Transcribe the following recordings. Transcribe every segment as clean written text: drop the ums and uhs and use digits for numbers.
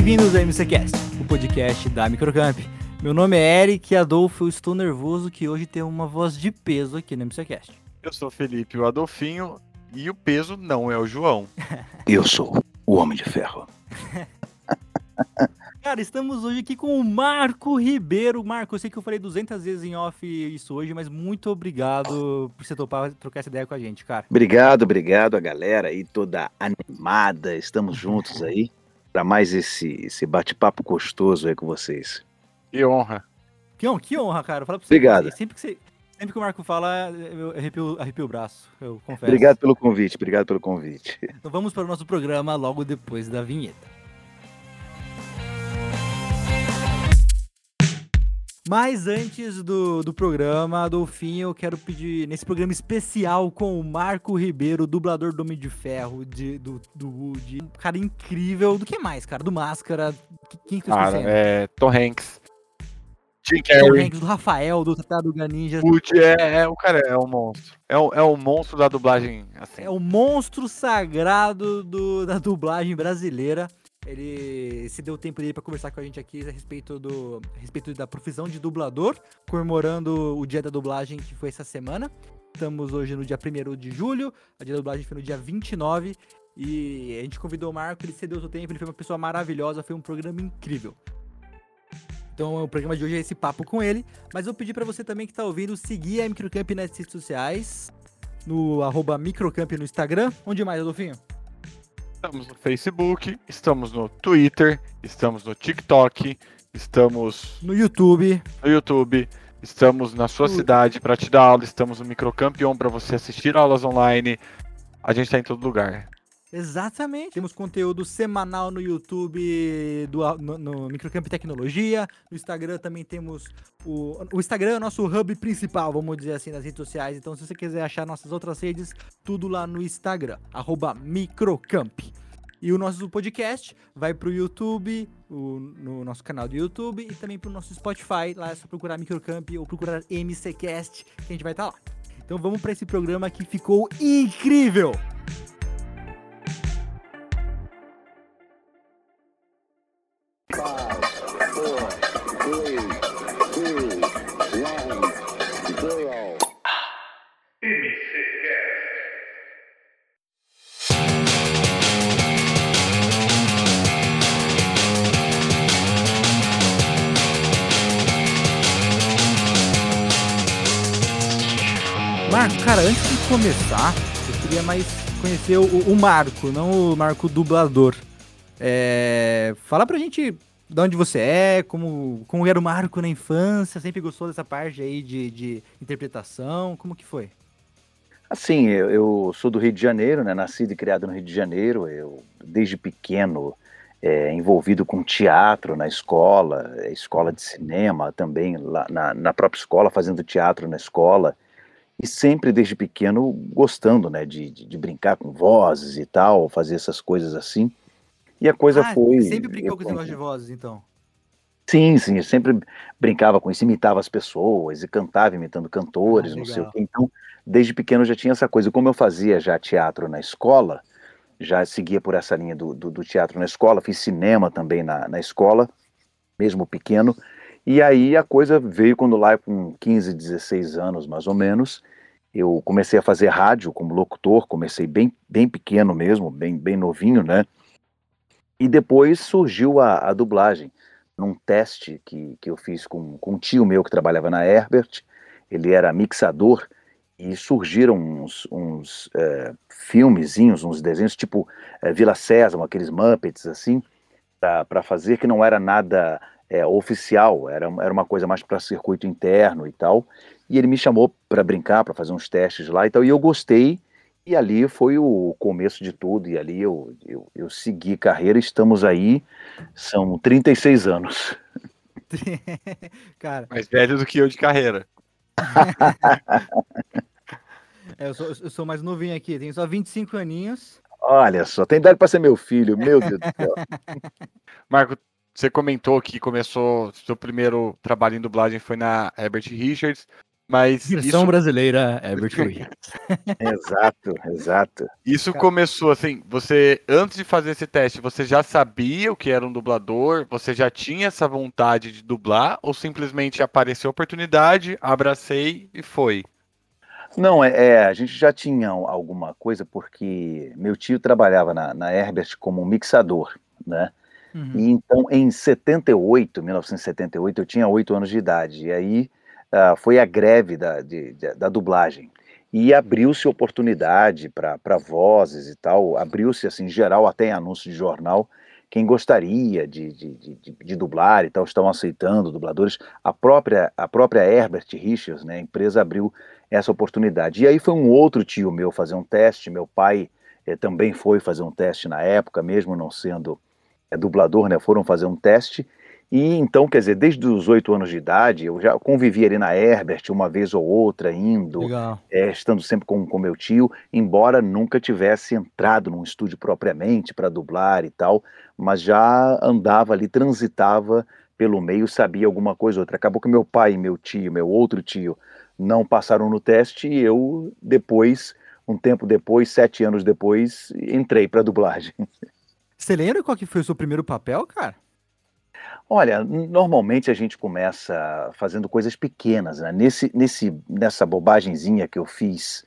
Bem-vindos ao MCCast, o podcast da Microcamp. Meu nome é Eric Adolfo, eu estou nervoso que hoje tem uma voz de peso aqui no MCCast. Eu sou o Felipe, o Adolfinho, e o peso não é o João. Eu sou o Homem de Ferro. Cara, estamos hoje aqui com o Marco Ribeiro. Marco, eu sei que eu falei 200 vezes em off isso hoje, mas muito obrigado por você topar trocar essa ideia com a gente, cara. Obrigado a galera aí toda animada. Estamos juntos aí para mais esse bate-papo gostoso aí com vocês. Que honra. Que honra, cara. Fala pra você. Obrigado. Sempre que o Marco fala, eu arrepio o braço, eu confesso. Obrigado pelo convite. Então vamos para o nosso programa logo depois da vinheta. Mas antes do programa, Adolfinho, eu quero pedir, nesse programa especial com o Marco Ribeiro, dublador do Homem de Ferro, do Woody, um cara incrível, do que mais, cara? Do Máscara, quem que eu esqueci? Tom Hanks. Jim Tom Carrey. Hanks, do Rafael, do Tartaruga Ninja. Woody o cara é um monstro. É o monstro da dublagem, assim. É o monstro sagrado da dublagem brasileira. Ele se deu tempo dele para conversar com a gente aqui a respeito da profissão de dublador, comemorando o dia da dublagem que foi essa semana. Estamos hoje no dia 1º de julho, a dia da dublagem foi no dia 29, e a gente convidou o Marco, ele cedeu o seu tempo, ele foi uma pessoa maravilhosa, foi um programa incrível. Então o programa de hoje é esse papo com ele, mas eu pedi para você também que tá ouvindo seguir a Microcamp nas redes sociais, no @Microcamp no Instagram. Onde mais, Adolfinho? Estamos no Facebook, estamos no Twitter, estamos no TikTok, estamos no YouTube, estamos na sua cidade para te dar aula, estamos no Microcampion para você assistir aulas online. A gente está em todo lugar. Exatamente. Temos conteúdo semanal no YouTube, no Microcamp Tecnologia. No Instagram também temos o Instagram é o nosso hub principal, vamos dizer assim, nas redes sociais. Então, se você quiser achar nossas outras redes, tudo lá no Instagram, @Microcamp. E o nosso podcast vai pro YouTube, no nosso canal do YouTube, e também pro nosso Spotify. Lá é só procurar Microcamp ou procurar MCCast, que a gente vai estar lá. Então vamos para esse programa que ficou incrível! Marco, cara, antes de começar, eu queria mais conhecer o Marco, não o Marco dublador. Fala pra gente de onde você é, como era o Marco na infância, sempre gostou dessa parte aí de interpretação, como que foi? Assim, eu sou do Rio de Janeiro, né? Nascido e criado no Rio de Janeiro. Eu, desde pequeno, envolvido com teatro na escola de cinema também, lá na própria escola, fazendo teatro na escola. E sempre, desde pequeno, gostando, né, de brincar com vozes e tal, fazer essas coisas assim. E a coisa foi... Sempre brincou com esse negócio de vozes, então? Sim, eu sempre brincava com isso, imitava as pessoas e cantava imitando cantores, não sei o quê. Então, desde pequeno eu já tinha essa coisa. Como eu fazia já teatro na escola, já seguia por essa linha do teatro na escola, fiz cinema também na escola, mesmo pequeno. E aí a coisa veio quando lá com 15, 16 anos mais ou menos, eu comecei a fazer rádio como locutor, comecei bem pequeno mesmo, bem novinho, né? E depois surgiu a dublagem, num teste que eu fiz com um tio meu que trabalhava na Herbert, ele era mixador, e surgiram uns filmezinhos, uns desenhos tipo Vila Sésamo, aqueles Muppets assim, para fazer, que não era nada... oficial, era uma coisa mais para circuito interno e tal, e ele me chamou para brincar, para fazer uns testes lá e tal, e eu gostei, e ali foi o começo de tudo, e ali eu segui carreira, estamos aí, são 36 anos. Cara, Mais velho do que eu de carreira. eu sou mais novinho aqui, tenho só 25 aninhos. Olha só, tem idade para ser meu filho, meu Deus do céu. Marco, você comentou que começou, seu primeiro trabalho em dublagem foi na Herbert Richards. Mas Versão brasileira, Herbert Williams. Exato. isso começou assim, você, antes de fazer esse teste, você já sabia o que era um dublador? Você já tinha essa vontade de dublar? Ou simplesmente apareceu a oportunidade, abracei e foi? Não, a gente já tinha alguma coisa, porque meu tio trabalhava na Herbert como mixador, né? E Uhum. então, em 1978, eu tinha 8 anos de idade, e aí foi a greve da dublagem. E abriu-se oportunidade para vozes e tal, abriu-se, assim, em geral, até em anúncio de jornal, quem gostaria de dublar e tal, estavam aceitando dubladores. A própria Herbert Richards, né, a empresa abriu essa oportunidade. E aí foi um outro tio meu fazer um teste, meu pai também foi fazer um teste na época, mesmo não sendo dublador, né, foram fazer um teste, e então, quer dizer, desde os 8 anos de idade, eu já convivi ali na Herbert uma vez ou outra, indo, Legal. estando sempre com meu tio, embora nunca tivesse entrado num estúdio propriamente para dublar e tal, mas já andava ali, transitava pelo meio, sabia alguma coisa ou outra. Acabou que meu pai, meu tio, meu outro tio, não passaram no teste, e eu depois, um tempo depois, 7 anos depois, entrei para dublagem. Você lembra qual que foi o seu primeiro papel, cara? Olha, normalmente a gente começa fazendo coisas pequenas, né? Nessa bobagenzinha que eu fiz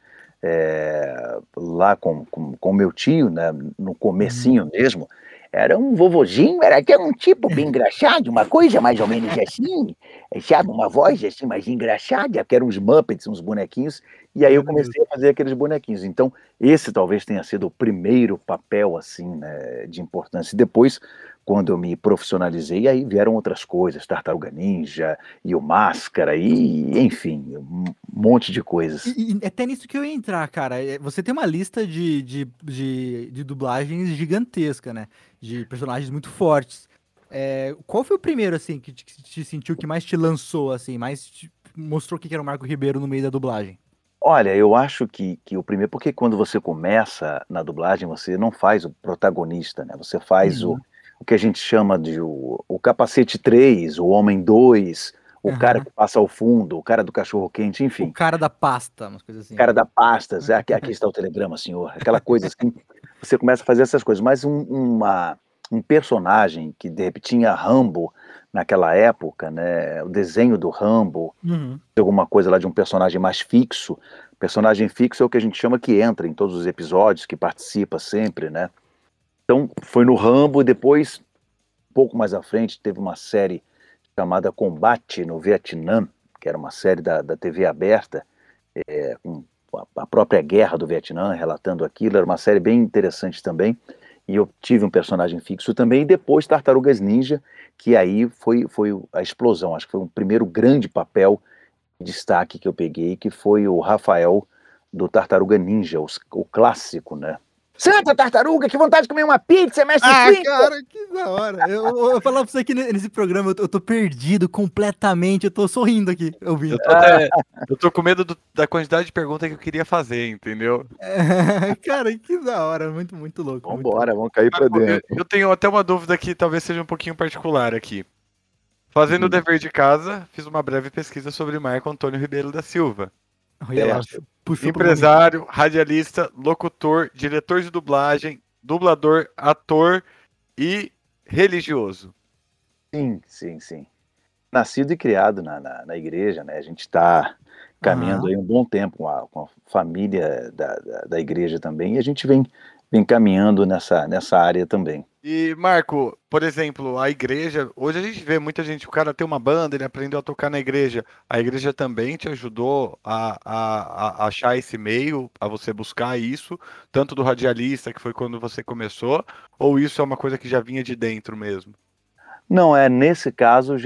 lá com meu tio, né? No Uhum. comecinho mesmo, era um vovozinho, era até um tipo bem engraçado, uma coisa mais ou menos assim, sabe? Uma voz assim mais engraçada, que eram uns Muppets, uns bonequinhos, e aí eu Maravilhoso. comecei a fazer aqueles bonequinhos. Então, esse talvez tenha sido o primeiro papel, assim, né, de importância. E depois, quando eu me profissionalizei, aí vieram outras coisas, Tartaruga Ninja e o Máscara e, enfim, um monte de coisas. E até nisso que eu ia entrar, cara. Você tem uma lista de dublagens gigantesca, né? De personagens muito fortes. Qual foi o primeiro, assim, que te sentiu, que mais te lançou, assim, mais mostrou que era o Marco Ribeiro no meio da dublagem? Olha, eu acho que o primeiro, porque quando você começa na dublagem, você não faz o protagonista, né? Você faz Uhum. o que a gente chama de o capacete 3, o homem 2, o cara Aham. que passa ao fundo, o cara do cachorro quente, O enfim, cara da pasta, umas coisas o assim. cara da pastas, aqui está o telegrama, senhor, aquela coisa assim, você começa a fazer essas coisas, mas um personagem que de repente tinha Rambo naquela época, né? O desenho do Rambo, Uhum. alguma coisa lá de um personagem mais fixo. Personagem fixo é o que a gente chama que entra em todos os episódios, que participa sempre, né? Então, foi no Rambo, e depois, um pouco mais à frente, teve uma série chamada Combate no Vietnã, que era uma série da TV aberta, com a própria guerra do Vietnã, relatando aquilo. Era uma série bem interessante também. E eu tive um personagem fixo também. E depois Tartarugas Ninja, que aí foi a explosão. Acho que foi o primeiro grande papel destaque que eu peguei, que foi o Rafael do Tartaruga Ninja, o clássico, né? Santa Tartaruga, que vontade de comer uma pizza, mestre Ah, Splinter! cara, que da hora. Eu falava pra você que nesse programa eu tô perdido completamente, eu tô sorrindo aqui, ouvindo. Eu tô com medo da quantidade de perguntas que eu queria fazer, entendeu? Cara, que da hora, muito, muito louco, muito Vambora, louco. vamos cair pra Marco, eu, dentro. eu tenho até uma dúvida que talvez seja um pouquinho particular aqui. Fazendo o Diga. dever de casa, fiz uma breve pesquisa sobre Marco Antônio Ribeiro da Silva. Olha lá, Certo. puxou pro nome. Empresário, radialista, locutor, diretor de dublagem, dublador, ator e religioso. Sim. Nascido e criado na igreja, né? A gente está caminhando Aham. aí um bom tempo com a família da igreja também, e a gente vem caminhando nessa área também. E, Marco, por exemplo, a igreja, hoje a gente vê muita gente, o cara tem uma banda, ele aprendeu a tocar na igreja. A igreja também te ajudou a achar esse meio, a você buscar isso, tanto do radialista, que foi quando você começou, ou isso é uma coisa que já vinha de dentro mesmo? Não, nesse caso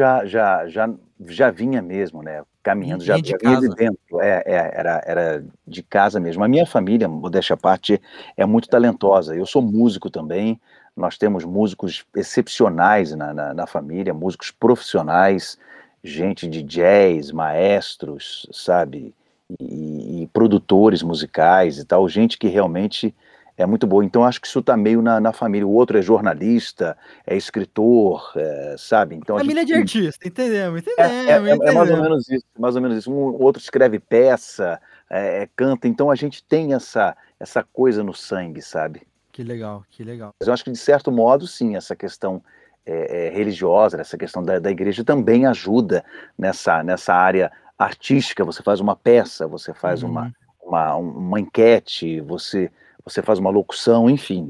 já vinha mesmo, né, caminhando, já Vinha de vinha de casa. dentro, era de casa mesmo. A minha família, modéstia à parte, é muito talentosa. Eu sou músico também, nós temos músicos excepcionais na família, músicos profissionais, gente de jazz, maestros, sabe, e produtores musicais e tal, gente que realmente É muito boa. Então, acho que isso tá meio na família. O outro é jornalista, é escritor, sabe? Então, a gente Família de tem... artista, entendemos, É mais ou entendemos. menos isso, mais ou menos isso. O outro escreve peça, canta, então a gente tem essa coisa no sangue, sabe? Que legal, que legal. Mas eu acho que, de certo modo, sim, essa questão religiosa, essa questão da igreja também ajuda nessa área artística. Você faz uma peça, você faz Uhum. uma enquete, você faz uma locução, enfim,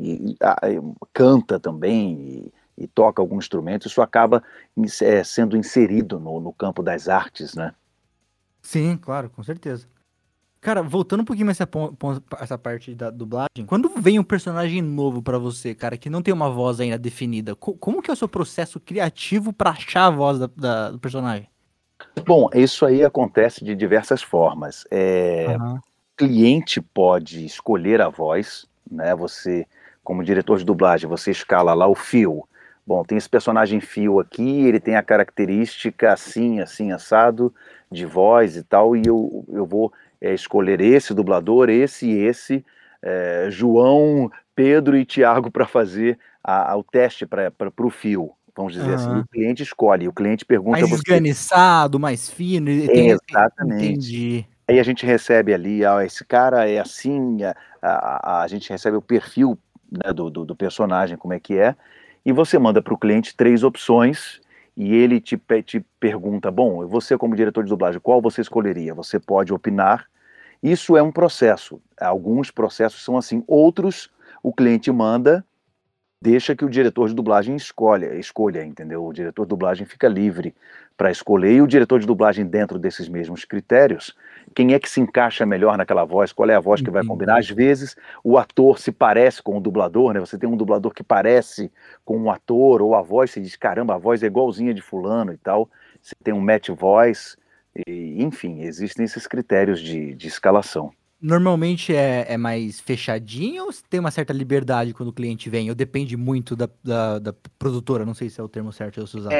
canta também e toca algum instrumento, isso acaba sendo inserido no campo das artes, né? Sim, claro, com certeza. Cara, voltando um pouquinho mais essa parte da dublagem, quando vem um personagem novo pra você, cara, que não tem uma voz ainda definida, como que é o seu processo criativo pra achar a voz do personagem? Bom, isso aí acontece de diversas formas. Aham. O cliente pode escolher a voz, né? Você, como diretor de dublagem, você escala lá o fio. Bom, tem esse personagem fio aqui, ele tem a característica assim, assim, assado, de voz e tal, e eu vou escolher esse dublador, esse e esse, João, Pedro e Tiago para fazer o teste para o fio, vamos dizer assim. E o Aham. cliente escolhe, o cliente pergunta a Mais você. esganiçado, mais fino, e tem. Exatamente. Entendi. Aí a gente recebe ali, esse cara é assim, a gente recebe o perfil, né, do personagem, como é que é, e você manda para o cliente 3 opções, e ele te pergunta, bom, você como diretor de dublagem, qual você escolheria? Você pode opinar. Isso é um processo. Alguns processos são assim, outros o cliente manda, deixa que o diretor de dublagem escolha, entendeu? O diretor de dublagem fica livre para escolher, e o diretor de dublagem, dentro desses mesmos critérios, quem é que se encaixa melhor naquela voz, qual é a voz que vai combinar. Entendi. Às vezes o ator se parece com o dublador, né? Você tem um dublador que parece com um ator, ou a voz, se diz, caramba, a voz é igualzinha de fulano e tal. Você tem um match voice, enfim, existem esses critérios de escalação. Normalmente é mais fechadinho ou tem uma certa liberdade quando o cliente vem? Ou depende muito da produtora? Não sei se é o termo certo a se usar.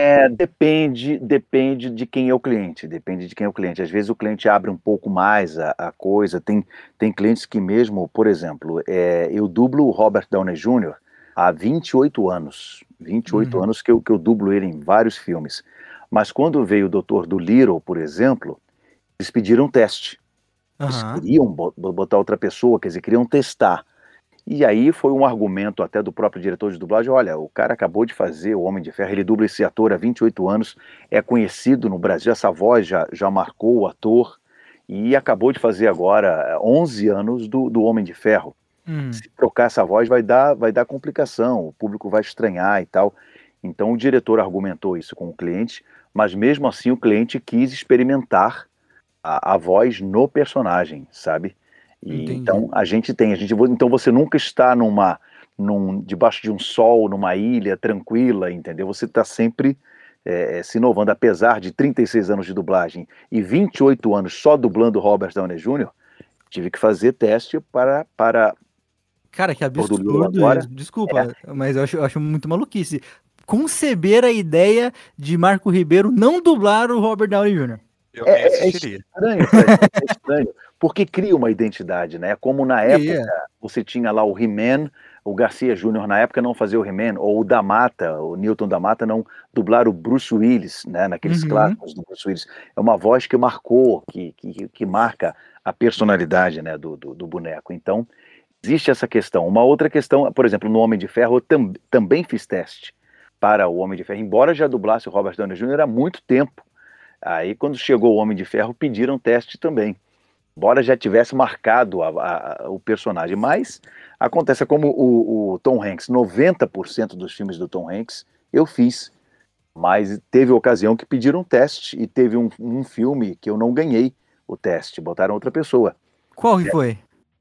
Depende de quem é o cliente, depende de quem é o cliente. Às vezes o cliente abre um pouco mais a coisa, tem clientes que mesmo, por exemplo, eu dublo o Robert Downey Jr. há 28 anos, 28 Uhum. anos que eu dublo ele em vários filmes. Mas quando veio o Dr. Dolittle, por exemplo, eles pediram um teste. Eles Aham. queriam botar outra pessoa, quer dizer, queriam testar. E aí foi um argumento até do próprio diretor de dublagem, olha, o cara acabou de fazer o Homem de Ferro, ele dubla esse ator há 28 anos, é conhecido no Brasil, essa voz já marcou o ator, e acabou de fazer agora 11 anos do Homem de Ferro. Uhum. Se trocar essa voz vai dar complicação, o público vai estranhar e tal. Então o diretor argumentou isso com o cliente, mas mesmo assim o cliente quis experimentar a voz no personagem, sabe? E Entendi. então então você nunca está debaixo de um sol, numa ilha tranquila, entendeu? Você está sempre se inovando, apesar de 36 anos de dublagem e 28 anos só dublando Robert Downey Jr., tive que fazer teste para Cara, que Dr. Dolittle absurdo agora. isso. Desculpa, mas eu acho muito maluquice. Conceber a ideia de Marco Ribeiro não dublar o Robert Downey Jr. Eu nem É assistiria. estranho pra gente, é estranho, porque cria uma identidade, né? Como na época Cria. você tinha lá o He-Man, o Garcia Júnior na época não fazia o He-Man, ou o da Mata, o Newton da Mata não dublar o Bruce Willis, né? Naqueles Uhum. clássicos do Bruce Willis. É uma voz que marcou, que marca a personalidade, né, do boneco. Então, existe essa questão. Uma outra questão, por exemplo, no Homem de Ferro, eu também fiz teste para o Homem de Ferro, embora já dublasse o Robert Downey Jr. há muito tempo. Aí, quando chegou o Homem de Ferro, pediram teste também, embora já tivesse marcado o personagem. Mas acontece como o Tom Hanks, 90% dos filmes do Tom Hanks eu fiz, mas teve ocasião que pediram teste, e teve um filme que eu não ganhei o teste, botaram outra pessoa. Qual que foi?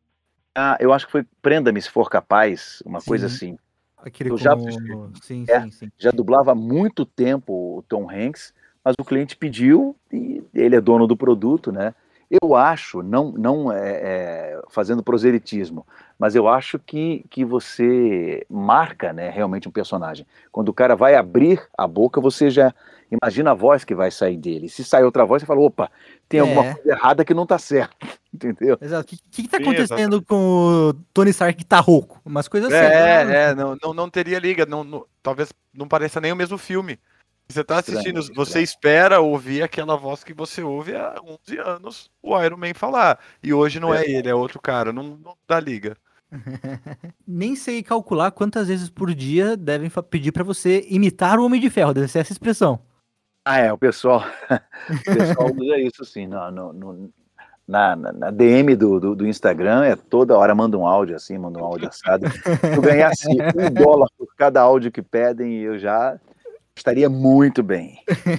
Eu acho que foi Prenda-me se for capaz, uma coisa Sim, assim. aquele Eu já, com. Sim, é, sim, sim. já dublava há muito tempo o Tom Hanks, mas o cliente pediu e ele é dono do produto, né? Eu acho, não fazendo proselitismo, mas eu acho que você marca, né, realmente um personagem. Quando o cara vai abrir a boca, você já imagina a voz que vai sair dele. Se sair outra voz, você fala, opa, tem alguma É, coisa errada que não tá certo, entendeu? exato. O que tá Sim, acontecendo exatamente. com o Tony Stark que tá rouco? Umas coisas assim. Não teria liga, talvez não pareça nem o mesmo filme. Você tá assistindo, Estranho, você estranho. espera ouvir aquela voz que você ouve há 11 anos o Iron Man falar. E hoje não é ele, é outro cara, não dá liga. Nem sei calcular quantas vezes por dia devem pedir pra você imitar o Homem de Ferro. Deve ser essa expressão. O pessoal, o pessoal usa isso sim, na DM do Instagram, toda hora manda um áudio assim, manda um áudio assado. Se eu ganhasse $1 por cada áudio que pedem, eu já estaria muito bem.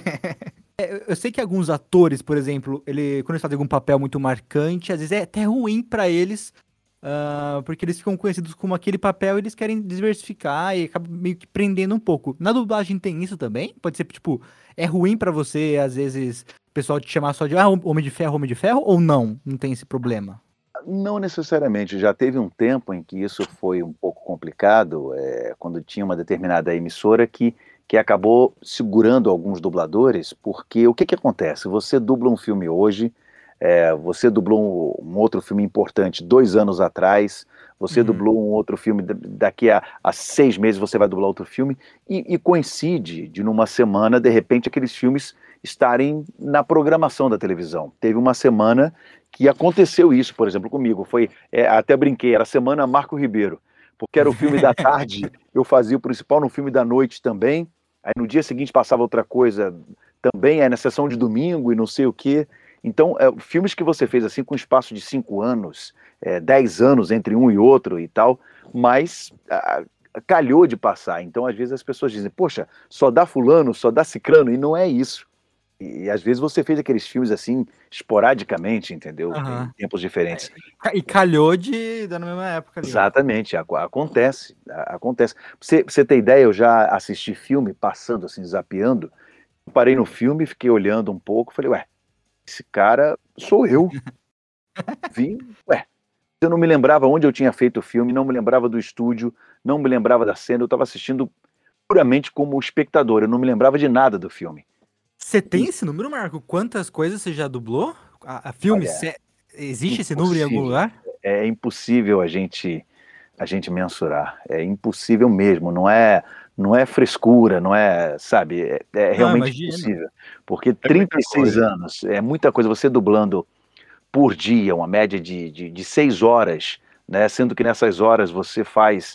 Eu sei que alguns atores, por exemplo, quando eles fazem algum papel muito marcante, às vezes é até ruim pra eles, porque eles ficam conhecidos como aquele papel e eles querem diversificar e acaba meio que prendendo um pouco. Na dublagem tem isso também? Pode ser, tipo, é ruim pra você, às vezes, o pessoal te chamar só de Homem de Ferro, ou não? Não tem esse problema? Não necessariamente, já teve um tempo em que isso foi um pouco complicado, quando tinha uma determinada emissora que acabou segurando alguns dubladores, porque o que acontece? Você dubla um filme hoje, você dublou um outro filme importante 2 anos atrás, você Uhum. dublou um outro filme, daqui a 6 meses você vai dublar outro filme, e coincide de numa semana, de repente, aqueles filmes estarem na programação da televisão. Teve uma semana que aconteceu isso, por exemplo, comigo. Até brinquei, era a semana Marco Ribeiro, porque era o filme da tarde, eu fazia o principal no filme da noite também, aí no dia seguinte passava outra coisa também, aí na sessão de domingo e não sei o quê. Então, filmes que você fez assim com espaço de 5 anos, 10 anos entre um e outro e tal, mas calhou de passar. Então, às vezes as pessoas dizem, poxa, só dá fulano, só dá cicrano, e não é isso. E às vezes você fez aqueles filmes assim, esporadicamente, entendeu? Em Aham. tempos diferentes. E calhou de dar na mesma época ali, ó. Exatamente, acontece, acontece. Pra você ter ideia, eu já assisti filme passando assim, zapeando, parei no filme, fiquei olhando um pouco, falei, ué, esse cara sou eu. Vi, ué, eu não me lembrava onde eu tinha feito o filme, não me lembrava do estúdio, não me lembrava da cena, eu estava assistindo puramente como espectador, eu não me lembrava de nada do filme. Você tem E, esse número, Marco? Quantas coisas você já dublou? A filmes? olha, Existe esse número em algum impossível, lugar? é impossível a gente mensurar, é impossível mesmo, não é frescura, não é, sabe, é Não, realmente imagino. impossível, porque É muita 36 coisa. anos, é muita coisa, você dublando por dia, uma média de 6 horas, né, sendo que nessas horas você faz,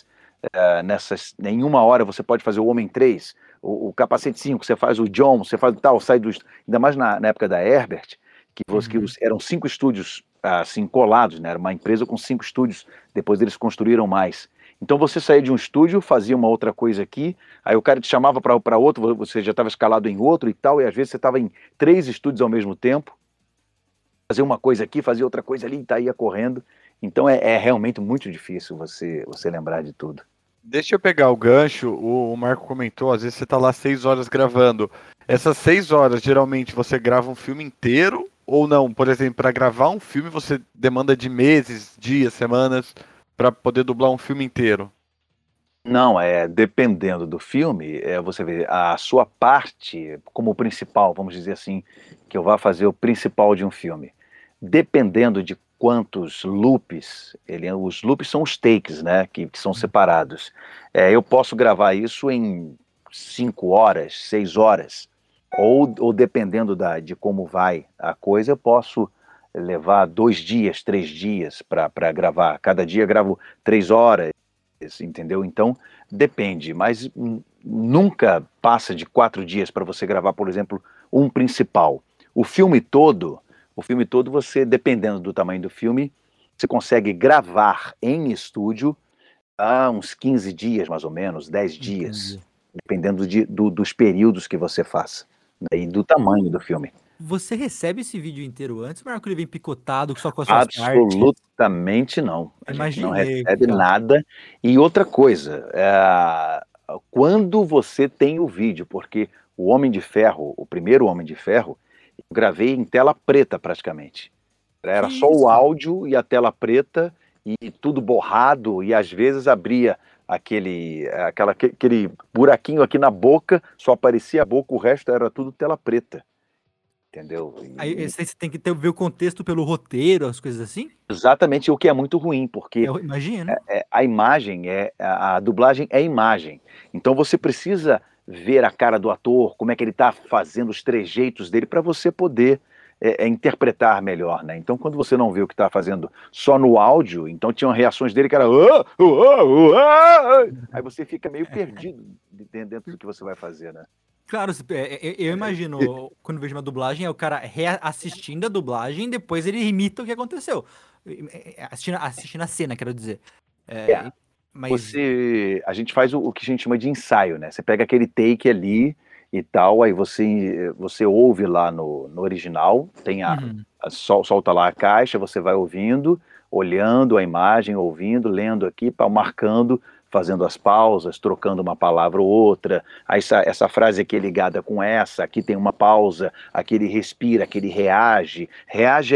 em 1 hora você pode fazer o Homem 3, o Capacete 5, você faz o John, você faz tal, sai dos, ainda mais na época da Herbert, Uhum. eram 5 estúdios assim colados, né? Era uma empresa com 5 estúdios, depois eles construíram mais. Então você saía de um estúdio, fazia uma outra coisa aqui, aí o cara te chamava para outro, você já estava escalado em outro e tal, e às vezes você estava em 3 estúdios ao mesmo tempo, fazia uma coisa aqui, fazia outra coisa ali, e tá, ia correndo. Então é realmente muito difícil você lembrar de tudo. Deixa eu pegar o gancho, o Marco comentou, às vezes você tá lá 6 horas gravando. Essas 6 horas, geralmente, você grava um filme inteiro ou não? Por exemplo, para gravar um filme, você demanda de meses, dias, semanas, para poder dublar um filme inteiro? Não, dependendo do filme, você vê a sua parte como principal, vamos dizer assim, que eu vá fazer o principal de um filme. Dependendo de quantos loops, os loops são os takes, né, que são separados. Eu posso gravar isso em 5 horas, 6 horas, ou dependendo de como vai a coisa, eu posso levar 2 dias, 3 dias para gravar. Cada dia eu gravo 3 horas, entendeu? Então, depende, mas nunca passa de 4 dias para você gravar, por exemplo, um principal. O filme todo, você, dependendo do tamanho do filme, você consegue gravar em estúdio há uns 15 dias, mais ou menos, 10 dias, Entendi. dependendo dos períodos que você faça, né, e do tamanho do filme. Você recebe esse vídeo inteiro antes, Marco? Ele vem picotado só com as suas partes? Absolutamente não. A gente não Imaginei, recebe cara. nada. E outra coisa, quando você tem o vídeo, porque o Homem de Ferro, o primeiro Homem de Ferro, eu gravei em tela preta praticamente. Era Que só o isso? áudio e a tela preta e tudo borrado, e às vezes abria aquele buraquinho aqui na boca, só aparecia a boca, o resto era tudo tela preta, entendeu? Aí você tem que ver o contexto pelo roteiro, as coisas assim? Exatamente, o que é muito ruim, porque Eu imagino. a imagem, a dublagem é imagem, então você precisa ver a cara do ator, como é que ele está fazendo os trejeitos dele, para você poder interpretar melhor, né? Então, quando você não vê o que está fazendo só no áudio, então tinham reações dele que era aí você fica meio perdido dentro do que você vai fazer, né? Claro, eu imagino, quando vejo uma dublagem, é o cara reassistindo a dublagem, depois ele imita o que aconteceu. Assistindo a cena, quero dizer. Mas. A gente faz o que a gente chama de ensaio, né? Você pega aquele take ali e tal, aí você ouve lá no original, tem Uhum. solta lá a caixa, você vai ouvindo, olhando a imagem, ouvindo, lendo aqui, marcando, fazendo as pausas, trocando uma palavra ou outra. Aí essa frase aqui é ligada com essa, aqui tem uma pausa, aqui ele respira, aqui ele reage. Reage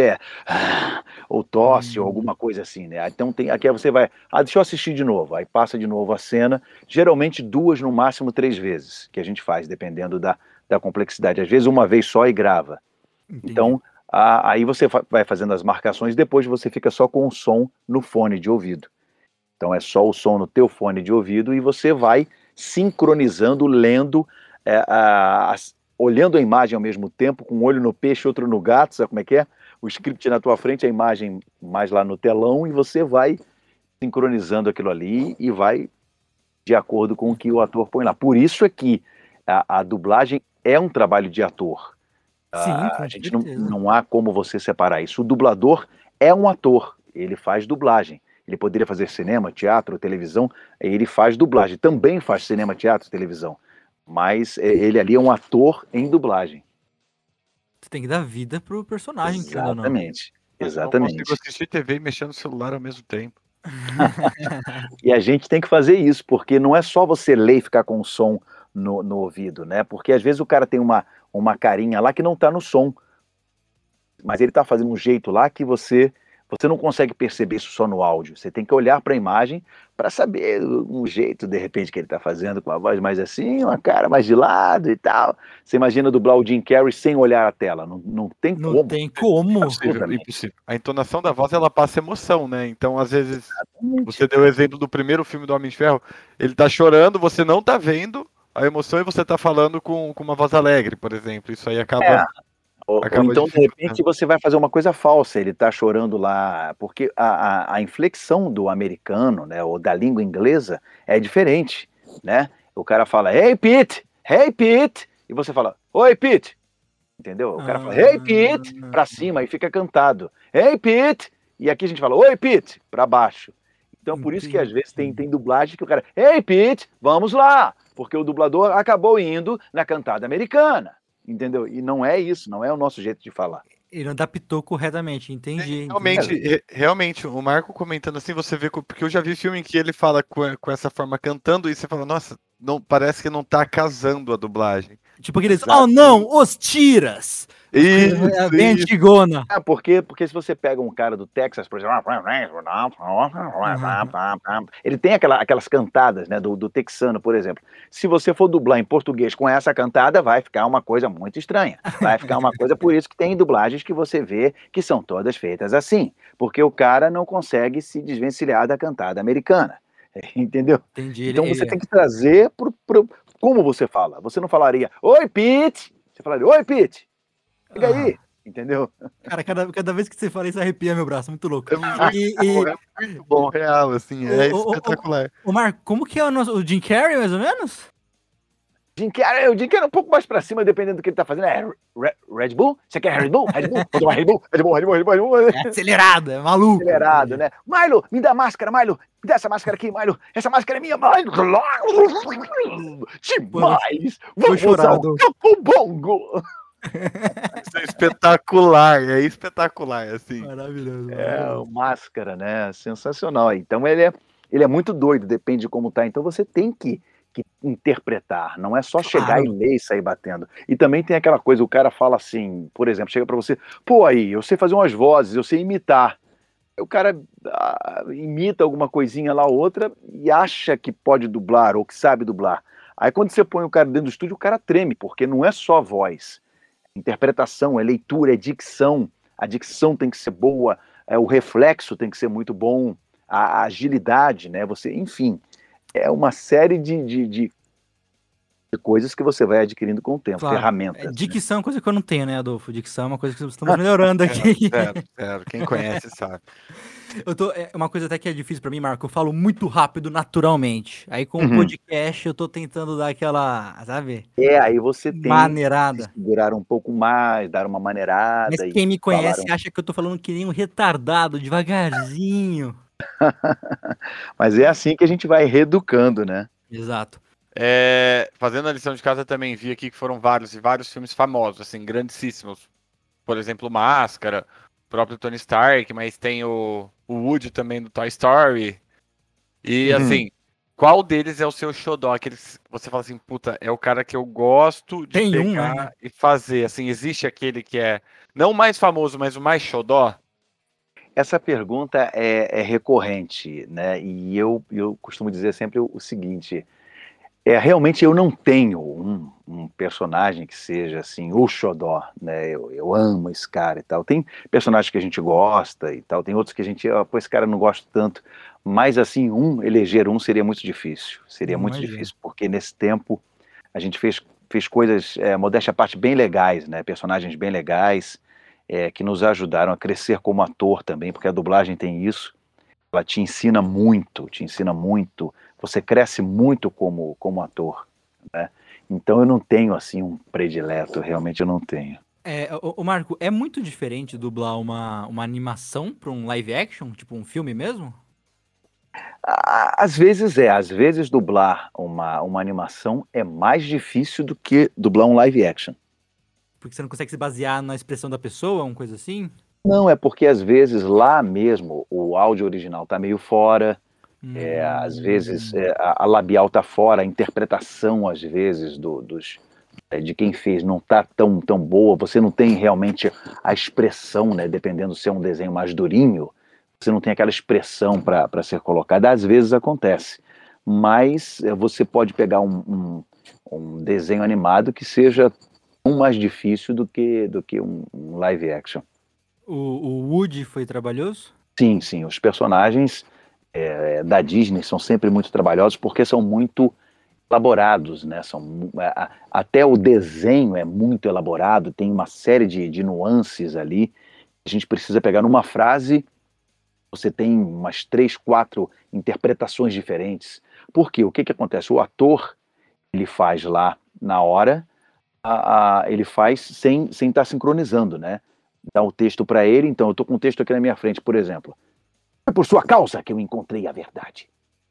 ou tosse, ou alguma coisa assim, né? Então aqui você vai, deixa eu assistir de novo. Aí passa de novo a cena, geralmente 2, no máximo 3 vezes, que a gente faz, dependendo da complexidade. Às vezes uma vez só e grava. Entendi. Então, aí você vai fazendo as marcações, depois você fica só com o som no fone de ouvido. Então é só o som no teu fone de ouvido e você vai sincronizando, lendo, olhando a imagem ao mesmo tempo, com um olho no peixe, outro no gato, sabe como é que é? O script na tua frente, a imagem mais lá no telão, e você vai sincronizando aquilo ali e vai de acordo com o que o ator põe lá. Por isso é que a dublagem é um trabalho de ator. Sim, A com gente certeza. não há como você separar isso. O dublador é um ator, ele faz dublagem. Ele poderia fazer cinema, teatro, televisão, ele faz dublagem. Também faz cinema, teatro, televisão. Mas ele ali é um ator em dublagem. Você tem que dar vida pro personagem, querendo ou não. Exatamente. Eu não Exatamente. consigo assistir TV e mexer no celular ao mesmo tempo. E a gente tem que fazer isso, porque não é só você ler e ficar com o som no ouvido, né? Porque às vezes o cara tem uma carinha lá que não tá no som, mas ele tá fazendo um jeito lá que você não consegue perceber isso só no áudio. Você tem que olhar para a imagem para saber um jeito, de repente, que ele tá fazendo, com a voz mais assim, uma cara mais de lado e tal. Você imagina dublar o Jim Carrey sem olhar a tela, não tem Não como. tem como. Impossível. A entonação da voz, ela passa emoção, né? Então, às vezes, você deu o exemplo do primeiro filme do Homem de Ferro, ele tá chorando, você não tá vendo a emoção e você tá falando com uma voz alegre, por exemplo. Isso aí acaba... Ou então, de repente, você vai fazer uma coisa falsa, ele tá chorando lá, porque a inflexão do americano, né, ou da língua inglesa é diferente, né? O cara fala, hey Pete, e você fala, oi Pete, entendeu? O cara fala, hey Pete, pra cima, e fica cantado, hey Pete, e aqui a gente fala, oi Pete, pra baixo. Então, por isso que às vezes tem dublagem que o cara, hey Pete, vamos lá, porque o dublador acabou indo na cantada americana. Entendeu? E não é isso, não é o nosso jeito de falar. Ele adaptou corretamente, entendi. Realmente, o Marco comentando assim, você vê, porque eu já vi filme em que ele fala com essa forma cantando e você fala, nossa, não, parece que não tá casando a dublagem. Tipo aqueles, oh não, os tiras! Isso, é bem antigona. Porque se você pega um cara do Texas, por exemplo, ele tem aquelas cantadas, né, do texano, por exemplo. Se você for dublar em português com essa cantada, vai ficar uma coisa muito estranha. Vai ficar uma coisa, por isso que tem dublagens que você vê que são todas feitas assim. Porque o cara não consegue se desvencilhar da cantada americana. Entendeu? Entendi. Então você tem que trazer como você fala. Você não falaria, oi Pete! Você falaria, oi Pete! Chega aí, entendeu? Cara, cada vez que você fala isso, arrepia meu braço, muito louco. É muito bom, real, assim, espetacular. Ô Marco, como que é o Jim Carrey, mais ou menos? O Jim Carrey é um pouco mais pra cima, dependendo do que ele tá fazendo. Red Bull? Você quer Red Bull? Red Bull? Vou tomar Red Bull. É acelerado, é maluco. Acelerado, né? Milo, me dá a máscara, Milo. Me dá essa máscara aqui, Milo. Essa máscara é minha, Milo. Demais. Vamos usar o bongo. Isso é espetacular, assim. Maravilhoso. O Máscara, né? Sensacional. Então ele é muito doido, depende de como tá. Então você tem que que interpretar, não é só chegar e ler e sair batendo. E também tem aquela coisa, o cara fala assim, por exemplo, chega pra você, pô, aí, eu sei fazer umas vozes, eu sei imitar. O cara imita alguma coisinha lá ou outra e acha que pode dublar ou que sabe dublar. Aí quando você põe o cara dentro do estúdio, o cara treme, porque não é só voz. É interpretação, é leitura, é dicção. A dicção tem que ser boa, o reflexo tem que ser muito bom, a agilidade, né? Você, enfim, é uma série de coisas que você vai adquirindo com o tempo, Claro. ferramentas. Dicção é uma coisa que eu não tenho, né, Adolfo? Dicção é uma coisa que estamos melhorando aqui. Zero. Quem conhece sabe. Uma coisa até que é difícil pra mim, Marco, eu falo muito rápido naturalmente. Aí com o podcast eu tô tentando dar aquela, sabe? Aí você tem maneirada. que segurar um pouco mais, dar uma maneirada. Mas quem me conhece acha que eu tô falando que nem um retardado, devagarzinho. Mas é assim que a gente vai reeducando, né? Exato. Fazendo a lição de casa, também vi aqui que foram vários filmes famosos, assim, grandíssimos. Por exemplo, Máscara, o próprio Tony Stark, mas tem o Woody também do Toy Story. E assim, qual deles é o seu xodó? Aqueles que você fala assim, puta, é o cara que eu gosto de pegar e fazer. Assim, existe aquele que é não o mais famoso, mas o mais xodó? Essa pergunta é recorrente, né? E eu costumo dizer sempre o seguinte: realmente eu não tenho um personagem que seja assim, o xodó, né? Eu amo esse cara e tal. Tem personagens que a gente gosta e tal, tem outros que a gente, pô, esse cara não gosta tanto. Mas assim, eleger um seria muito difícil. Seria muito difícil, porque nesse tempo a gente fez coisas, modéstia à parte, bem legais, né? Personagens bem legais. Que nos ajudaram a crescer como ator também, porque a dublagem tem isso, ela te ensina muito, você cresce muito como ator, né? Então eu não tenho assim um predileto, realmente eu não tenho. O Marco, é muito diferente dublar uma animação para um live action, tipo um filme mesmo? Às vezes dublar uma animação é mais difícil do que dublar um live action. Porque você não consegue se basear na expressão da pessoa, uma coisa assim? Não, é porque às vezes lá mesmo o áudio original tá meio fora, às vezes a labial tá fora, a interpretação às vezes de quem fez não tá tão boa, você não tem realmente a expressão, né? Dependendo se é um desenho mais durinho, você não tem aquela expressão para ser colocada, às vezes acontece, mas você pode pegar um desenho animado que seja mais difícil do que um live action. O Woody foi trabalhoso? Sim, os personagens da Disney são sempre muito trabalhosos porque são muito elaborados, né? Até o desenho é muito elaborado, tem uma série de nuances ali. A gente precisa pegar numa frase, você tem umas 3, 4 interpretações diferentes. Por quê? O que acontece? O ator, ele faz lá na hora, ele faz sem estar sincronizando, né? Dá o texto para ele, então eu estou com o texto aqui na minha frente, por exemplo. É por sua causa que eu encontrei a verdade.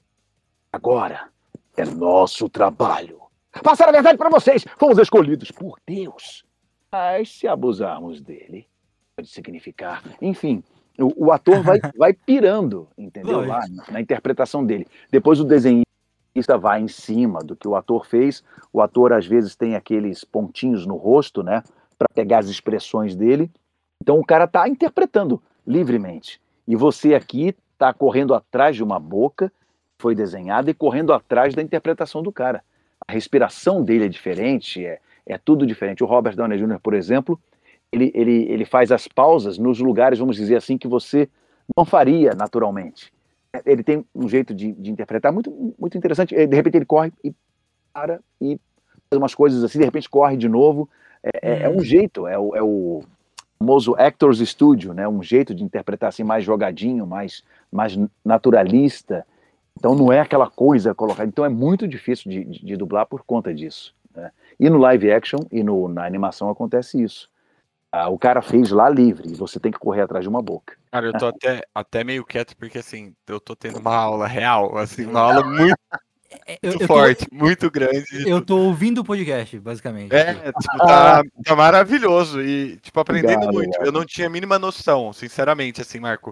Agora é nosso trabalho passar a verdade para vocês. Fomos escolhidos por Deus. Mas se abusarmos dele, pode significar... Enfim, o ator vai pirando, entendeu? Lá na interpretação dele. Depois o desenhista vai em cima do que o ator fez. O ator às vezes tem aqueles pontinhos no rosto, né, para pegar as expressões dele. Então o cara está interpretando livremente. E você aqui está correndo atrás de uma boca que foi desenhada e correndo atrás da interpretação do cara. A respiração dele é diferente, é tudo diferente. O Robert Downey Jr., por exemplo, ele faz as pausas nos lugares, vamos dizer assim, que você não faria naturalmente. Ele tem um jeito de interpretar muito, muito interessante. De repente ele corre e para e faz umas coisas assim, de repente corre de novo. É um jeito, é o famoso Actors Studio, né? Um jeito de interpretar assim mais jogadinho, mais naturalista. Então não é aquela coisa colocada. Então é muito difícil de dublar por conta disso, né? E no live action e na animação acontece isso. O cara fez lá livre e você tem que correr atrás de uma boca. Cara, eu tô até meio quieto porque, assim, eu tô tendo uma aula real, assim, uma aula muito forte, muito grande. Eu tô ouvindo o podcast, basicamente. Tipo, tá maravilhoso e, tipo, aprendendo Legal, muito. legal. Eu não tinha a mínima noção, sinceramente, assim, Marco.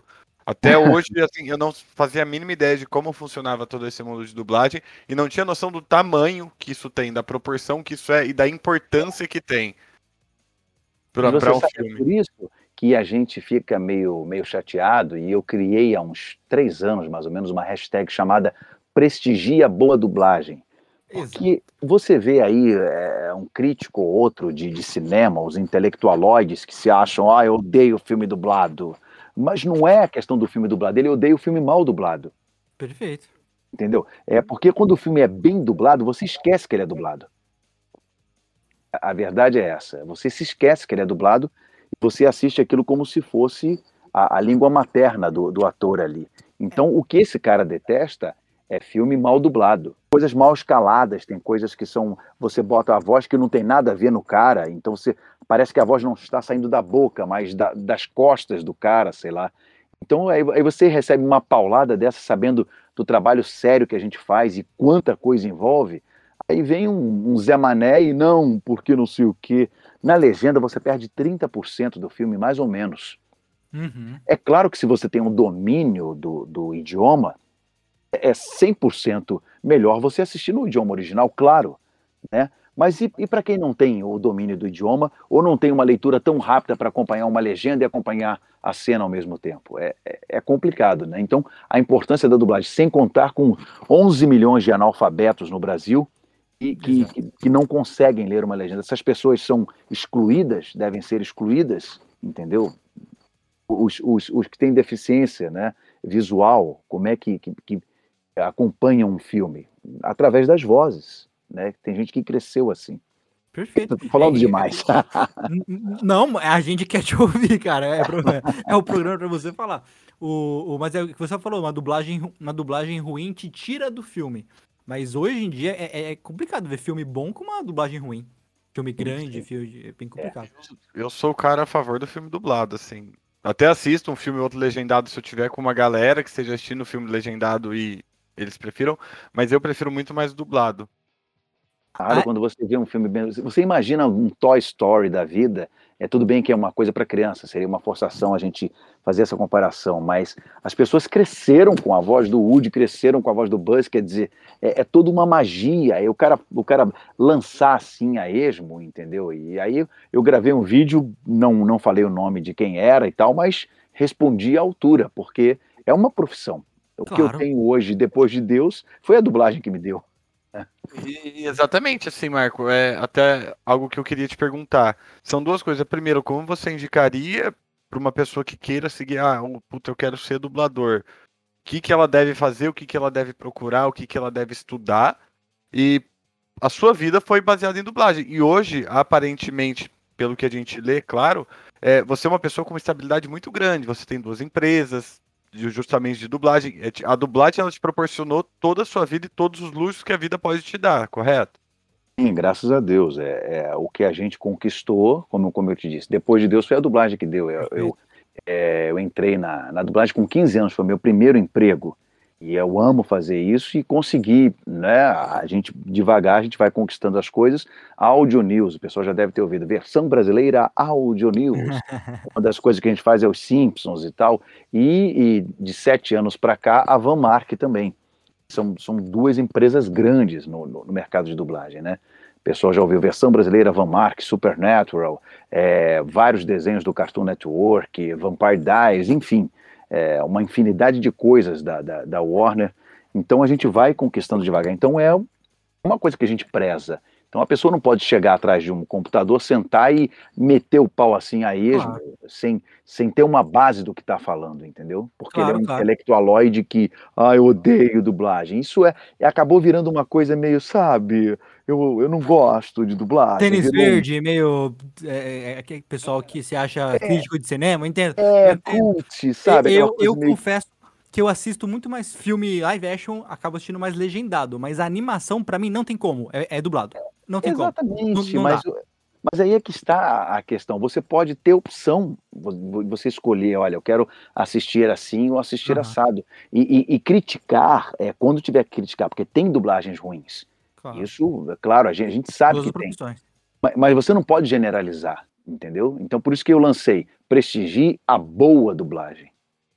Até hoje, assim, eu não fazia a mínima ideia de como funcionava todo esse mundo de dublagem e não tinha noção do tamanho que isso tem, da proporção que isso é e da importância que tem E você para um sabe, é filme. por isso que a gente fica meio chateado, e eu criei há uns 3 anos, mais ou menos, uma hashtag chamada Prestigia Boa Dublagem. Exato. Porque você vê aí um crítico ou outro de cinema, os intelectualoides que se acham, eu odeio filme dublado. Mas não é a questão do filme dublado, ele odeia o filme mal dublado, Perfeito. entendeu? É porque quando o filme é bem dublado, você esquece que ele é dublado. A verdade é essa, você se esquece que ele é dublado e você assiste aquilo como se fosse a língua materna do ator ali. Então, o que esse cara detesta é filme mal dublado. Coisas mal escaladas, tem coisas que são... Você bota a voz que não tem nada a ver no cara, então parece que a voz não está saindo da boca, mas das costas do cara, sei lá. Então, aí você recebe uma paulada dessa, sabendo do trabalho sério que a gente faz e quanta coisa envolve. Aí vem um Zé Mané e não, porque não sei o quê. Na legenda você perde 30% do filme, mais ou menos. Uhum. É claro que se você tem um domínio do idioma, é 100% melhor você assistir no idioma original, claro, né? Mas e para quem não tem o domínio do idioma, ou não tem uma leitura tão rápida para acompanhar uma legenda e acompanhar a cena ao mesmo tempo? É complicado, né? Então, a importância da dublagem, sem contar com 11 milhões de analfabetos no Brasil, Exato. que não conseguem ler uma legenda. Essas pessoas são excluídas, devem ser excluídas, entendeu? Os que têm deficiência, né, visual, como é que acompanham um filme? Através das vozes, né? Tem gente que cresceu assim. Perfeito. Estou falando demais. Não, a gente quer te ouvir, cara. É o programa pra você falar. Mas é o que você falou, uma dublagem ruim te tira do filme. Mas hoje em dia é complicado ver filme bom com uma dublagem ruim. Filme grande, filme, é bem complicado. Eu sou o cara a favor do filme dublado, assim. Até assisto um filme ou outro legendado se eu tiver com uma galera que esteja assistindo o filme legendado e eles prefiram, mas eu prefiro muito mais dublado. Claro, quando você vê um filme bem... Você imagina um Toy Story da vida, tudo bem que é uma coisa para criança, seria uma forçação a gente fazer essa comparação, mas as pessoas cresceram com a voz do Woody, cresceram com a voz do Buzz, quer dizer, toda uma magia, e o cara lançar assim a esmo, entendeu? E aí eu gravei um vídeo, não falei o nome de quem era e tal, mas respondi à altura, porque é uma profissão. O que eu Claro. tenho hoje, depois de Deus, foi a dublagem que me deu. Exatamente assim, Marco, é até algo que eu queria te perguntar. São duas coisas. Primeiro, como você indicaria para uma pessoa que queira seguir, puta, eu quero ser dublador? O que ela deve fazer, o que ela deve procurar, o que ela deve estudar? E a sua vida foi baseada em dublagem. E hoje, aparentemente, pelo que a gente lê, claro, você é uma pessoa com uma estabilidade muito grande. Você tem 2 empresas, justamente de dublagem. A dublagem ela te proporcionou toda a sua vida e todos os luxos que a vida pode te dar, correto? Sim, graças a Deus. O que a gente conquistou, como eu te disse, depois de Deus foi a dublagem que deu. Eu entrei na dublagem com 15 anos, foi meu primeiro emprego. E eu amo fazer isso e consegui, né? A gente, devagar, a gente vai conquistando as coisas. Audio News, o pessoal já deve ter ouvido. Versão brasileira Audio News. Uma das coisas que a gente faz é os Simpsons e tal. E de 7 anos para cá, a Van Mark também. São 2 empresas grandes no mercado de dublagem, né? O pessoal já ouviu versão brasileira, Van Mark, Supernatural, vários desenhos do Cartoon Network, Vampire Diaries, enfim, uma infinidade de coisas da Warner. Então a gente vai conquistando devagar. Então é uma coisa que a gente preza. Então a pessoa não pode chegar atrás de um computador, sentar e meter o pau assim a esmo, Claro. sem ter uma base do que está falando, entendeu? Porque ele é Claro, um claro. intelectualoide que, eu odeio dublagem. Isso acabou virando uma coisa meio, sabe, eu não gosto de dublagem. Tênis Virou verde, meio. Aquele pessoal que se acha crítico de cinema, eu entendo. Eu entendo. cult, sabe, aquela coisa Eu meio... confesso que eu assisto muito mais filme live action, acabo assistindo mais legendado, mas a animação, pra mim, não tem como. É dublado. Não tem como. Exatamente, Não dá. mas aí é que está a questão. Você pode ter opção, você escolher, olha, eu quero assistir assim ou assistir Aham, assado. E criticar, quando tiver que criticar, porque tem dublagens ruins. claro. Isso, é claro, a gente sabe Todas que as tem. profissões. Mas você não pode generalizar, entendeu? Então por isso que eu lancei, prestigie a boa dublagem.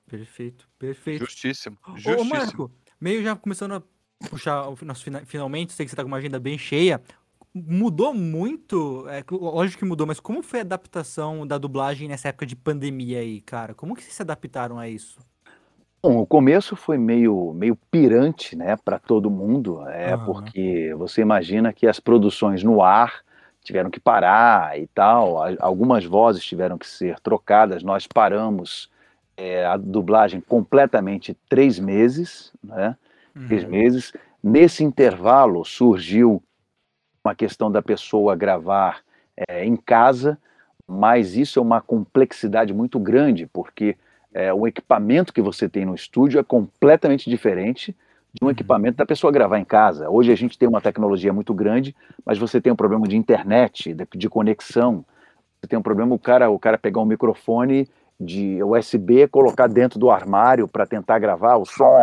Perfeito, perfeito. Justíssimo, Ô, justíssimo. Marco, meio já começando a puxar o nosso finalmente, sei que você tá com uma agenda bem cheia. Mudou muito, lógico que mudou, mas como foi a adaptação da dublagem nessa época de pandemia aí, cara? Como que vocês se adaptaram a isso? Bom, o começo foi meio pirante, né, para todo mundo, Aham. porque você imagina que as produções no ar tiveram que parar e tal, algumas vozes tiveram que ser trocadas, nós paramos, a dublagem completamente 3 meses, né, 3 Uhum. meses. Nesse intervalo surgiu uma questão da pessoa gravar, em casa, mas isso é uma complexidade muito grande, porque, o equipamento que você tem no estúdio é completamente diferente de um Uhum. equipamento da pessoa gravar em casa. Hoje a gente tem uma tecnologia muito grande, mas você tem um problema de internet, de conexão, você tem um problema o cara pegar um microfone de USB, colocar dentro do armário para tentar gravar, o som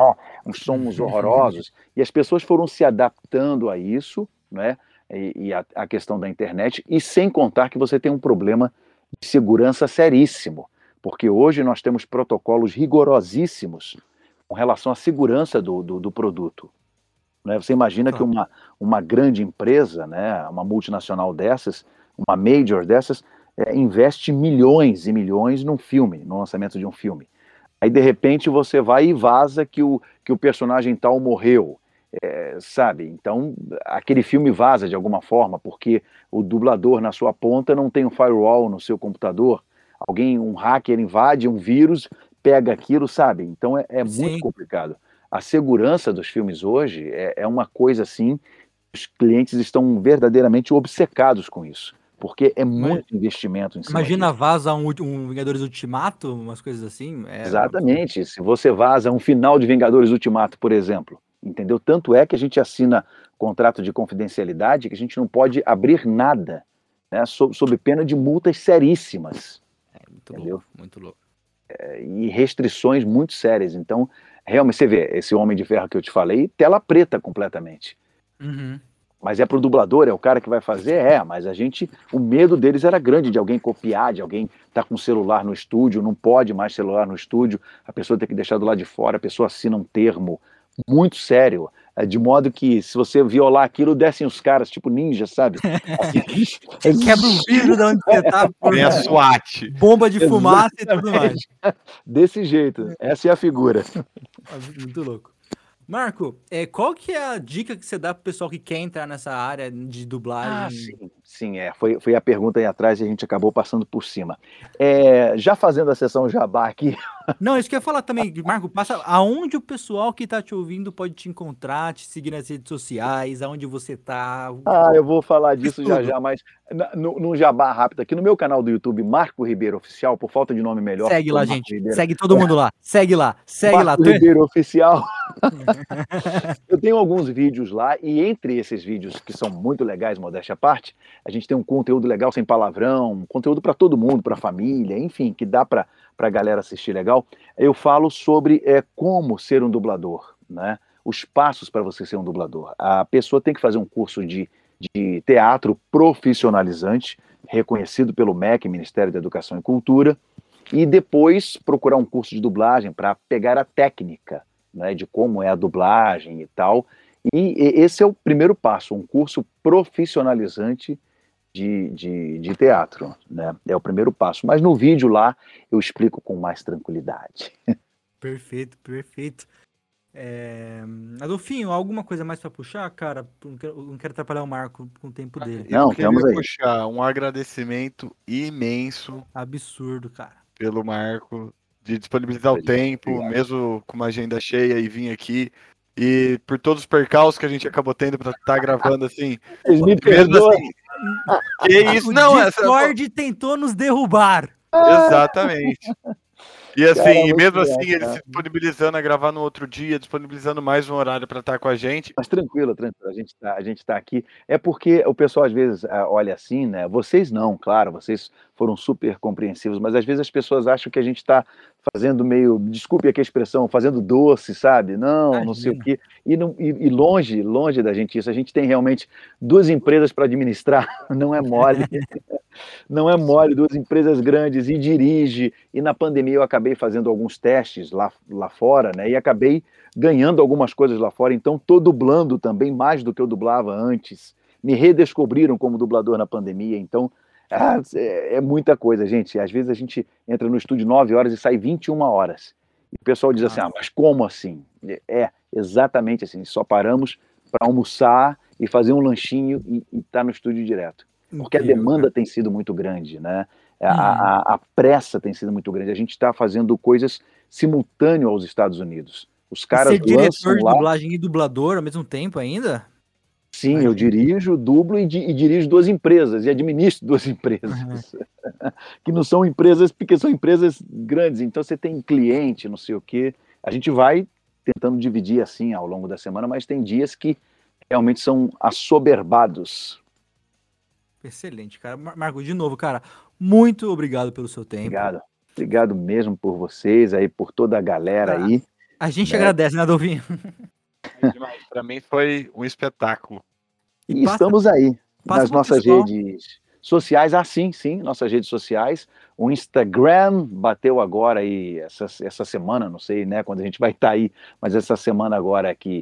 uns sons horrorosos, e as pessoas foram se adaptando a isso, né, e a questão da internet, e sem contar que você tem um problema de segurança seríssimo, porque hoje nós temos protocolos rigorosíssimos com relação à segurança do produto, né? Você imagina que Tá. uma grande empresa, né, uma multinacional dessas, uma major dessas, investe milhões e milhões num filme, no lançamento de um filme. Aí, de repente, você vai e vaza que o personagem tal morreu, sabe? Então, aquele filme vaza de alguma forma, porque o dublador na sua ponta não tem um firewall no seu computador. Um hacker invade, um vírus, pega aquilo, sabe? Então, é muito Sim. complicado. A segurança dos filmes hoje é uma coisa assim, os clientes estão verdadeiramente obcecados com isso, porque é Ima- muito investimento em cima Imagina disso. vaza um Vingadores Ultimato, umas coisas assim. É um absurdo. Exatamente. Se você vaza um final de Vingadores Ultimato, por exemplo, entendeu? Tanto é que a gente assina contrato de confidencialidade que a gente não pode abrir nada, né, sob pena de multas seríssimas, É muito entendeu? louco, muito louco. E restrições muito sérias. Então, realmente, você vê, esse Homem de Ferro que eu te falei, tela preta completamente. Uhum. Mas é pro dublador, é o cara que vai fazer? Mas o medo deles era grande de alguém copiar, de alguém estar com celular no estúdio, não pode mais celular no estúdio, a pessoa tem que deixar do lado de fora, a pessoa assina um termo muito sério, de modo que se você violar aquilo, descem os caras, tipo ninja, sabe? Assim, Quebra o vidro de onde você tá por Tem a SWAT. bomba de fumaça e tudo mais. exatamente, desse jeito, essa é a figura. Muito louco. Marco, qual que é a dica que você dá pro pessoal que quer entrar nessa área de dublagem? Sim, foi a pergunta aí atrás e a gente acabou passando por cima. Já fazendo a sessão jabá aqui. Não, isso que eu ia falar também, Marco, passa aonde o pessoal que tá te ouvindo pode te encontrar, te seguir nas redes sociais, aonde você tá, Eu vou falar isso disso já tudo. já, mas no jabá rápido aqui no meu canal do YouTube, Marco Ribeiro Oficial, por falta de nome melhor, Segue ficou lá, Marco gente. Ribeiro. Segue todo mundo lá. Segue lá. Segue lá. Marco Ribeiro Oficial. Eu tenho alguns vídeos lá, e entre esses vídeos que são muito legais, modéstia à parte, a gente tem um conteúdo legal sem palavrão, um conteúdo para todo mundo, para a família, enfim, que dá para a galera assistir legal. Eu falo sobre como ser um dublador, né? Os passos para você ser um dublador. A pessoa tem que fazer um curso de teatro profissionalizante, reconhecido pelo MEC, Ministério da Educação e Cultura, e depois procurar um curso de dublagem para pegar a técnica, né, de como é a dublagem e tal. E esse é o primeiro passo, um curso profissionalizante de teatro, né? É o primeiro passo. Mas no vídeo lá eu explico com mais tranquilidade. Perfeito, perfeito. Adolfinho, alguma coisa mais pra puxar, cara? Não quero atrapalhar o Marco com o tempo dele. Eu Não, queria estamos aí. puxar um agradecimento imenso Absurdo, cara. pelo Marco de disponibilizar o tempo, Obrigado. mesmo com uma agenda cheia e vir aqui. E por todos os percalços que a gente acabou tendo para estar gravando assim. Vocês me Mesmo perdoam. assim, que isso? O Não, Discord tentou nos derrubar. exatamente. E assim, Cara, e muito mesmo assim, ele engraçado. se disponibilizando a gravar no outro dia, disponibilizando mais um horário para estar com a gente. Mas tranquilo, a gente tá aqui. É porque o pessoal às vezes olha assim, né? Vocês não, claro, vocês foram super compreensivos, mas às vezes as pessoas acham que a gente está fazendo meio, desculpe aqui a expressão, fazendo doce, sabe? Não sei o quê. E longe da gente isso. A gente tem realmente 2 empresas para administrar, não é mole. Não é mole, 2 empresas grandes, e dirige. E na pandemia eu acabei fazendo alguns testes lá fora, né? E acabei ganhando algumas coisas lá fora. Então estou dublando também mais do que eu dublava antes. Me redescobriram como dublador na pandemia. Então é muita coisa, gente. Às vezes a gente entra no estúdio 9 horas e sai 21 horas. E o pessoal diz assim, mas como assim? É exatamente assim, só paramos para almoçar e fazer um lanchinho e tá no estúdio direto. Porque a demanda tem sido muito grande, né? A pressa tem sido muito grande. A gente está fazendo coisas simultâneo aos Estados Unidos. Os caras ser diretor de dublagem e dublador ao mesmo tempo ainda? Sim, eu dirijo, dublo e dirijo 2 empresas, e administro 2 empresas. Que não são empresas, porque são empresas grandes, então você tem cliente, não sei o quê. A gente vai tentando dividir assim ao longo da semana, mas tem dias que realmente são assoberbados. Excelente, cara. Marco, de novo, cara, muito obrigado pelo seu tempo. Obrigado mesmo por vocês aí, por toda a galera aí. A gente agradece, né, Adolfinho? Para mim foi um espetáculo. E estamos aí, nas nossas redes sociais. Sim, nossas redes sociais. O Instagram bateu agora aí, essa semana, não sei, né, quando a gente vai estar aí, mas essa semana agora aqui,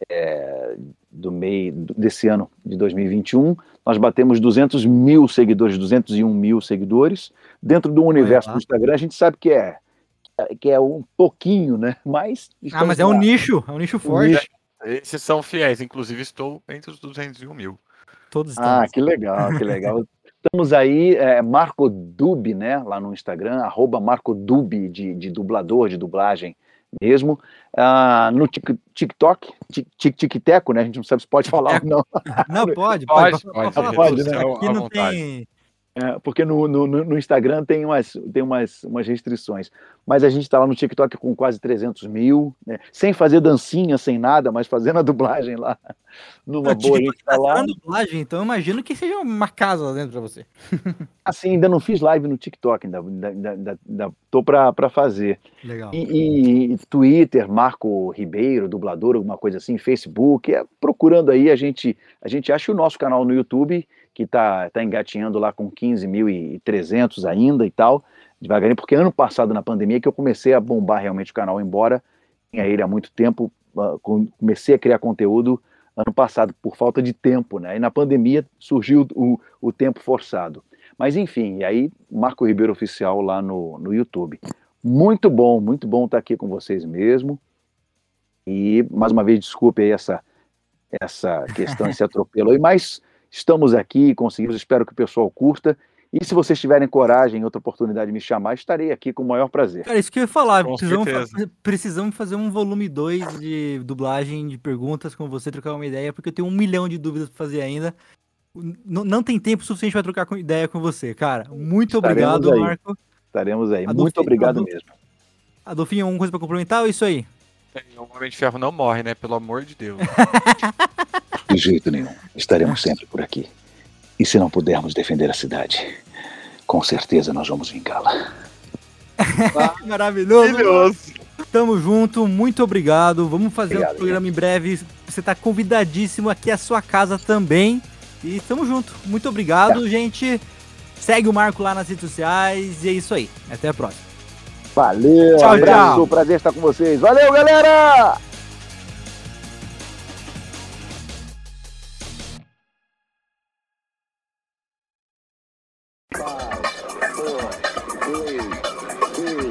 do meio desse ano de 2021, nós batemos 200 mil seguidores, 201 mil seguidores. Dentro do universo do Instagram, a gente sabe que é um pouquinho, né? Mas mas é um nicho forte. Esses são fiéis, inclusive estou entre os 201 mil. Todos estão. Que legal. Estamos aí, Marco Dub, né? Lá no Instagram, @Marco Dub, de dublador, de dublagem mesmo. No TikTok, Tic-Teco, né? A gente não sabe se pode falar ou não. Não, pode, né? Aqui não tem... Porque no Instagram tem umas restrições. Mas a gente está lá no TikTok com quase 300 mil, né? Sem fazer dancinha, sem nada, mas fazendo a dublagem lá. Numa boa, a gente tá lá. Dublagem, então eu imagino que seja uma casa lá dentro para você. Assim, ainda não fiz live no TikTok, ainda tô para fazer. Legal. E Twitter, Marco Ribeiro, dublador, alguma coisa assim, Facebook, procurando aí, a gente acha o nosso canal no YouTube, que tá engatinhando lá com 15.300 ainda e tal, devagarinho, porque ano passado, na pandemia, que eu comecei a bombar realmente o canal, embora tinha ele há muito tempo, comecei a criar conteúdo ano passado, por falta de tempo, né? E na pandemia surgiu o tempo forçado. Mas enfim, e aí Marco Ribeiro Oficial lá no YouTube. Muito bom estar aqui com vocês mesmo. E mais uma vez, desculpe aí essa questão, esse atropelo aí, mas estamos aqui, conseguimos, espero que o pessoal curta. E se vocês tiverem coragem, outra oportunidade de me chamar, estarei aqui com o maior prazer. Cara, isso que eu ia falar, precisamos fazer um volume 2 de dublagem, de perguntas com você, trocar uma ideia, porque eu tenho 1 milhão de dúvidas para fazer ainda. Não tem tempo suficiente para trocar ideia com você, cara. Muito obrigado, Marco. Estaremos aí. Muito obrigado mesmo. Adolfinho, alguma coisa para complementar ou é isso aí? O Homem de Ferro não morre, né? Pelo amor de Deus. De jeito nenhum. Estaremos sempre por aqui. E se não pudermos defender a cidade, com certeza nós vamos vingá-la. Maravilhoso. Tamo junto, muito obrigado. Vamos fazer um programa em breve. Você tá convidadíssimo aqui à sua casa também. E tamo junto. Muito obrigado, gente. Segue o Marco lá nas redes sociais. E é isso aí. Até a próxima. Valeu, tchau, abraço, tchau. Prazer estar com vocês. Valeu, galera! Five, four, three, two,